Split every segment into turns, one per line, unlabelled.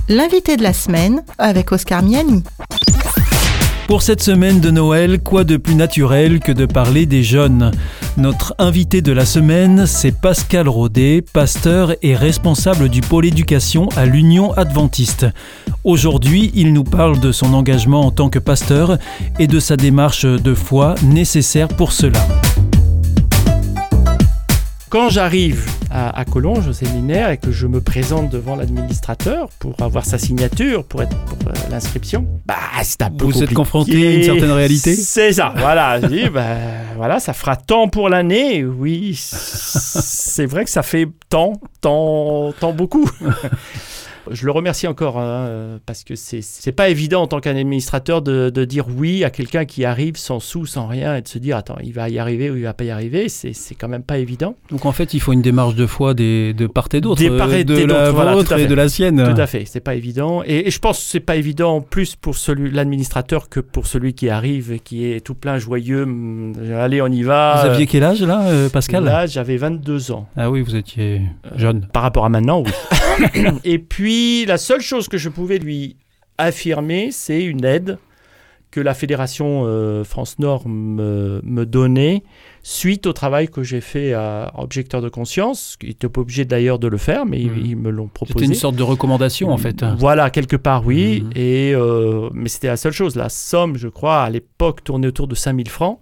L'invité de la semaine avec Oscar Miani.
Pour cette semaine de Noël, quoi de plus naturel que de parler des jeunes ? Notre invité de la semaine, c'est Pascal Rodet, pasteur et responsable du pôle éducation à l'Union adventiste. Aujourd'hui, il nous parle de son engagement en tant que pasteur et de sa démarche de foi nécessaire pour cela.
Quand j'arrive à Collonges, au séminaire, et que je me présente devant l'administrateur pour avoir sa signature, pour l'inscription, c'est un peu compliqué.
Vous êtes confronté à une certaine réalité ?
C'est ça, voilà. Je dis, ça fera tant pour l'année. Oui, c'est vrai que ça fait tant beaucoup. Je le remercie encore, parce que c'est pas évident en tant qu'administrateur de dire oui à quelqu'un qui arrive sans sous, sans rien, et de se dire, attends, il va y arriver ou il va pas y arriver, c'est quand même pas évident.
Donc en fait, il faut une démarche de foi de part et d'autre,
de
la vôtre et de la sienne.
Tout à fait, c'est pas évident. Et je pense que c'est pas évident plus pour l'administrateur que pour celui qui arrive et qui est tout plein joyeux. Allez, on y va.
Vous aviez quel âge là, Pascal ?
Là, j'avais 22 ans.
Ah oui, vous étiez jeune.
Par rapport à maintenant, oui. Et puis, la seule chose que je pouvais lui affirmer, c'est une aide que la Fédération France Nord me donnait suite au travail que j'ai fait à Objecteur de conscience. Ils n'étaient pas obligés d'ailleurs de le faire, mais ils me l'ont proposé.
C'était une sorte de recommandation en fait.
Voilà, quelque part, oui. Mais c'était la seule chose. La somme, je crois, à l'époque, tournait autour de 5 000 francs.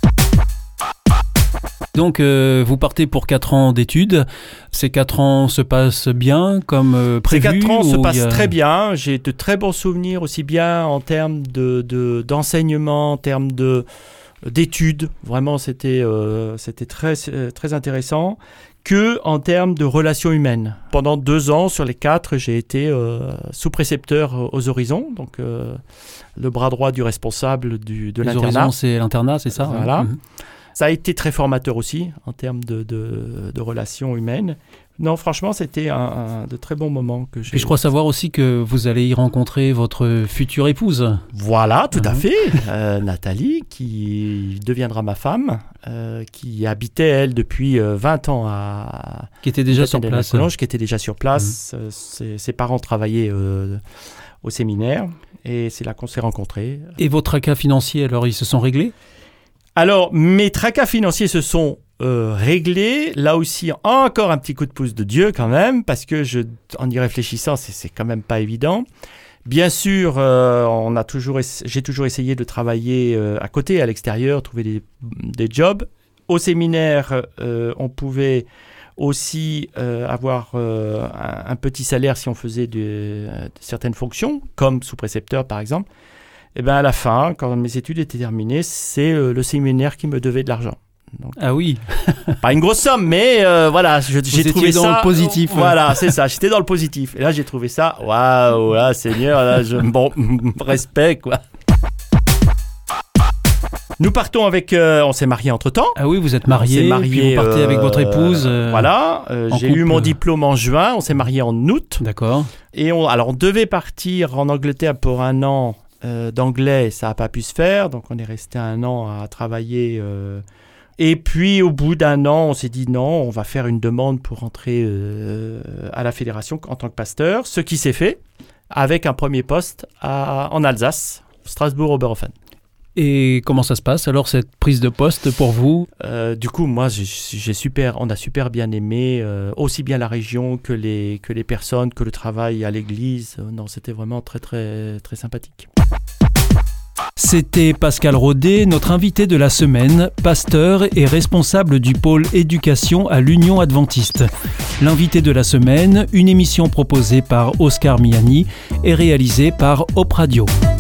Donc, vous partez pour 4 ans d'études. Ces 4 ans se passent bien, comme prévu ?
Ces 4 ans se passent très bien. J'ai de très bons souvenirs, aussi bien en termes d'enseignement, en termes d'études. Vraiment, c'était très, très intéressant. Que en termes de relations humaines. Pendant 2 ans sur les 4, j'ai été sous-précepteur aux Horizons, donc le bras droit du responsable de l'internat.
Les Horizons, c'est l'internat, c'est ça ?
Voilà. Ça a été très formateur aussi en termes de relations humaines. Non, franchement, c'était de très bons moments que j'ai.
Et je crois savoir aussi que vous allez y rencontrer votre future épouse.
Voilà, tout à fait. Nathalie, qui deviendra ma femme, qui habitait, elle, depuis 20 ans
qui était déjà sur place.
Collonges, qui était déjà sur place. Ses parents travaillaient au séminaire et c'est là qu'on s'est rencontrés.
Et vos tracas financiers, alors, ils se sont réglés ?
Alors, mes tracas financiers se sont réglés. Là aussi, encore un petit coup de pouce de Dieu quand même, parce que en y réfléchissant, c'est quand même pas évident. Bien sûr, j'ai toujours essayé de travailler à côté, à l'extérieur, trouver des jobs. Au séminaire, on pouvait aussi avoir un petit salaire si on faisait de certaines fonctions, comme sous-précepteur par exemple. Et bien à la fin, quand mes études étaient terminées, c'est le séminaire qui me devait de l'argent. Donc,
ah oui.
Pas une grosse somme, mais voilà, j'ai trouvé ça.
Dans le positif.
Voilà, c'est ça. J'étais dans le positif. Et là, j'ai trouvé ça. Waouh, là, Seigneur, là, respect, quoi. Nous partons avec. On s'est mariés entre-temps.
Ah oui, vous êtes mariés. Puis vous partez avec votre épouse.
Voilà. J'ai eu mon diplôme en juin. On s'est mariés en août.
D'accord.
Et on devait partir en Angleterre pour 1 an. D'anglais, ça n'a pas pu se faire, donc on est resté 1 an à travailler. Et puis au bout d'1 an, on s'est dit non, on va faire une demande pour rentrer à la fédération en tant que pasteur, ce qui s'est fait avec un premier poste en Alsace, Strasbourg-Oberhofen.
Et comment ça se passe alors, cette prise de poste pour vous ?
Du coup, moi, on a super bien aimé, aussi bien la région que les personnes, que le travail à l'église. Non, c'était vraiment très, très, très sympathique.
C'était Pascal Rodet, notre invité de la semaine, pasteur et responsable du pôle éducation à l'Union adventiste. L'invité de la semaine, une émission proposée par Oscar Miani et réalisée par Op Radio.